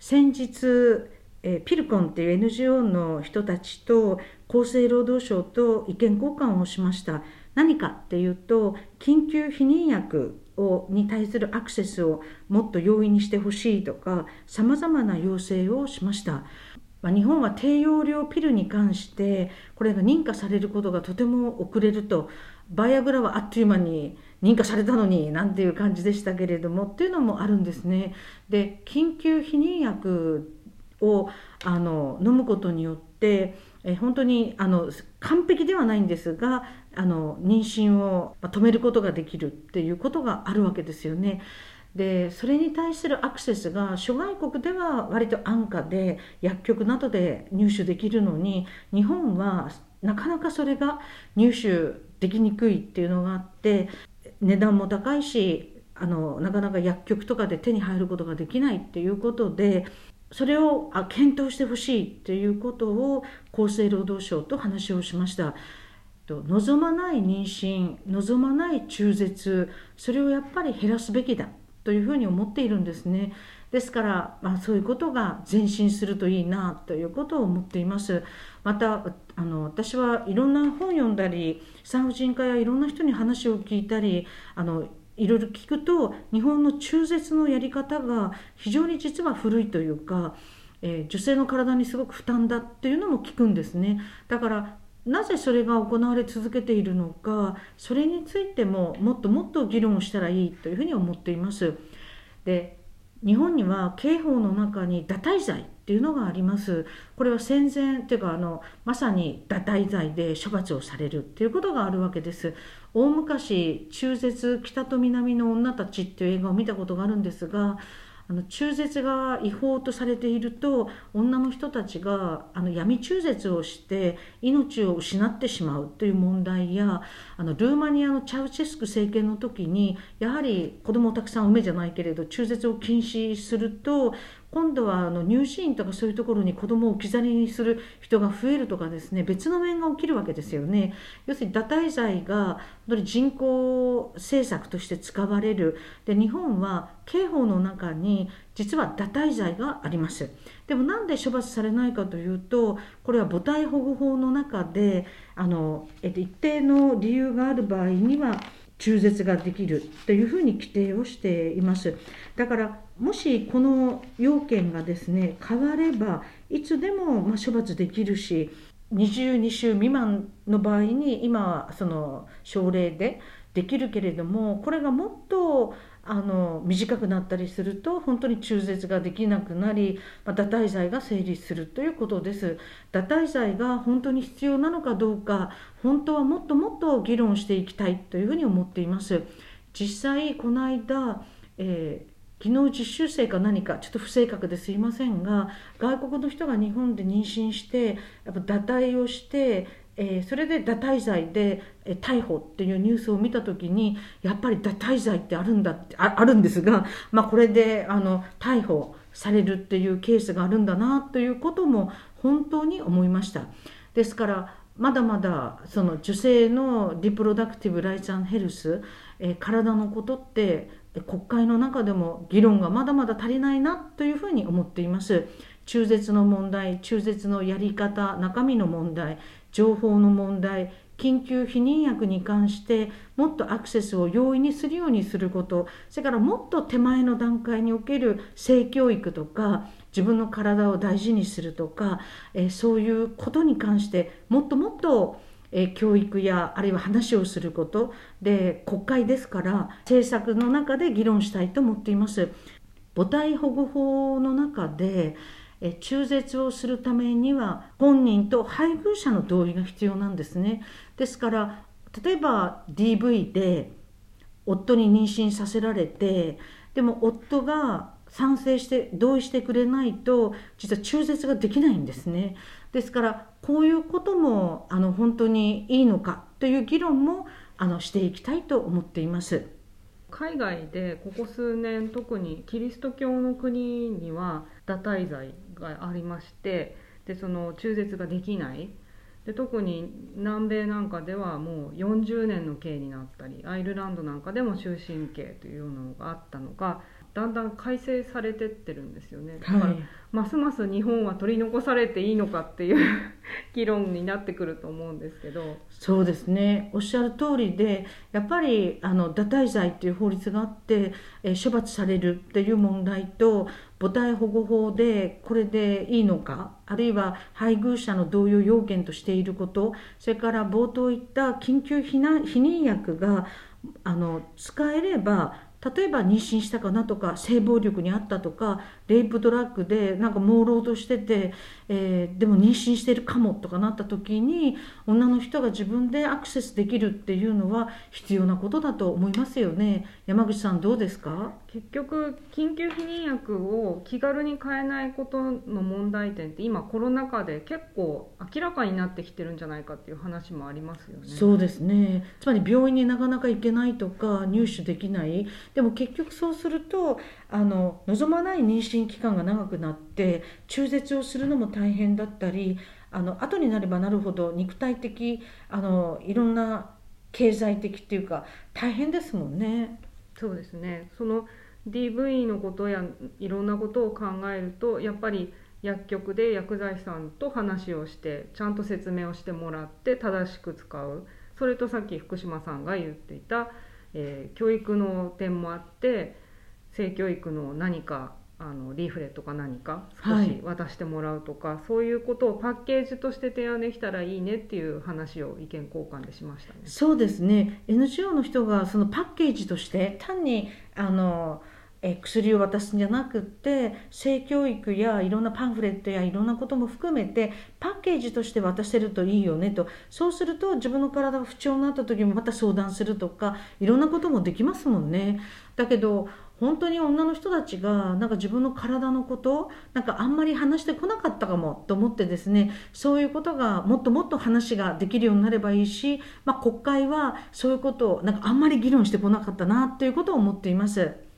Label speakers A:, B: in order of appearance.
A: 先日、ピルコンっていう NGO の人たちと厚生労働省と意見交換をしました。何かっていうと、緊急避妊薬に対するアクセスをもっと容易にしてほしいとか、さまざまな要請をしました。日本は低用量ピルに関してこれが認可されることがとても遅れると、バイアグラはあっという間に認可されたのになんていう感じでしたけれどもっていうのもあるんですね。で、緊急避妊薬を飲むことによって本当に完璧ではないんですが妊娠を止めることができるっていうことがあるわけですよね。でそれに対するアクセスが諸外国では割と安価で薬局などで入手できるのに、日本はなかなかそれが入手できにくいっていうのがあって、値段も高いしなかなか薬局とかで手に入ることができないっていうことで、それを検討してほしいということを厚生労働省と話をしました。望まない妊娠、望まない中絶、それをやっぱり減らすべきだというふうに思っているんですね。ですから、そういうことが前進するといいなということを思っています。また私はいろんな本読んだり、産婦人科やいろんな人に話を聞いたりいろいろ聞くと、日本の中絶のやり方が非常に実は古いというか、女性の体にすごく負担だっていうのも聞くんですね。だからなぜそれが行われ続けているのか、それについてももっともっと議論したらいいというふうに思っています。で、日本には刑法の中に堕胎罪っていうのがあります。これは戦前っていうかまさに堕胎罪で処罰をされるっていうことがあるわけです。大昔、中絶北と南の女たちっていう映画を見たことがあるんですが、中絶が違法とされていると、女の人たちが闇中絶をして命を失ってしまうという問題や、ルーマニアのチャウチェスク政権の時にやはり子供をたくさん産めじゃないけれど中絶を禁止すると、今度は乳児院とかそういうところに子供を置き去りにする人が増えるとかですね、別の面が起きるわけですよね。要するに堕胎罪が人工政策として使われる。で、日本は刑法の中に実は堕胎罪があります。でもなんで処罰されないかというと、これは母体保護法の中で一定の理由がある場合には中絶ができるというふうに規定をしています。だからもしこの要件がですね変われば、いつでも処罰できるし、22週未満の場合に今はその省令でできるけれども、これがもっと短くなったりすると本当に中絶ができなくなり、堕胎罪が成立するということです。堕胎罪が本当に必要なのかどうか、本当はもっともっと議論していきたいというふうに思っています。実際この間、技能実習生か何かちょっと不正確ですいませんが、外国の人が日本で妊娠してやっぱ堕胎をして、それで堕胎罪で逮捕っていうニュースを見た時に、やっぱり堕胎罪ってあるんだってあるんですが、これで逮捕されるっていうケースがあるんだなということも本当に思いました。ですからまだまだその女性のリプロダクティブ・ライツ・アン・ヘルス、体のことって国会の中でも議論がまだまだ足りないなというふうに思っています。中絶の問題、中絶のやり方、中身の問題、情報の問題、緊急避妊薬に関してもっとアクセスを容易にするようにすること、それからもっと手前の段階における性教育とか自分の体を大事にするとか、そういうことに関してもっともっと教育やあるいは話をすることで、国会ですから政策の中で議論したいと思っています。母体保護法の中で中絶をするためには本人と配偶者の同意が必要なんですね。ですから例えば DV で夫に妊娠させられて、でも夫が賛成して同意してくれないと実は中絶ができないんですね。ですからこういうことも本当にいいのかという議論もしていきたいと思っています。
B: 海外でここ数年、特にキリスト教の国には堕胎罪がありまして、でその中絶ができない、で特に南米なんかではもう40年の刑になったり、アイルランドなんかでも終身刑というようなのがあったのが、 だんだん改正されてってるんですよね。だから
A: はい、
B: ますます日本は取り残されていいのかっていう議論になってくると思うんですけど。
A: そうですね、おっしゃる通りで、やっぱり堕胎罪っていう法律があって、処罰されるっていう問題と、母体保護法でこれでいいのか、あるいは配偶者の同意を要件としていること、それから冒頭言った緊急避妊薬が使えれば、例えば妊娠したかなとか、性暴力にあったとか、レイプドラッグでなんか朦朧としてて、でも妊娠してるかもとかなった時に、女の人が自分でアクセスできるっていうのは必要なことだと思いますよね。山口さんどうですか？
B: 結局緊急避妊薬を気軽に買えないことの問題点って今コロナ禍で結構明らかになってきてるんじゃないかっていう話もありますよね。
A: そうですね、つまり病院になかなか行けないとか入手できない。でも結局そうすると望まない妊娠期間が長くなって中絶をするのも大変だったり、後になればなるほど肉体的いろんな経済的っていうか大変ですもんね。
B: そうですね。その DV のことやいろんなことを考えると、やっぱり薬局で薬剤師さんと話をしてちゃんと説明をしてもらって正しく使う。それとさっき福島さんが言っていた、教育の点もあって、性教育の何かリーフレットか何か少し渡してもらうとか、そういうことをパッケージとして提案できたらいいねっていう話を意見交換でしましたね。
A: そうですね、 NGO の人がそのパッケージとして単に薬を渡すんじゃなくって、性教育やいろんなパンフレットやいろんなことも含めてパッケージとして渡せるといいよねと。そうすると自分の体が不調になった時もまた相談するとか、いろんなこともできますもんね。だけど本当に女の人たちがなんか自分の体のことなんかあんまり話してこなかったかもと思ってですね、そういうことがもっともっと話ができるようになればいいし、国会はそういうことをなんかあんまり議論してこなかったなということを思っています。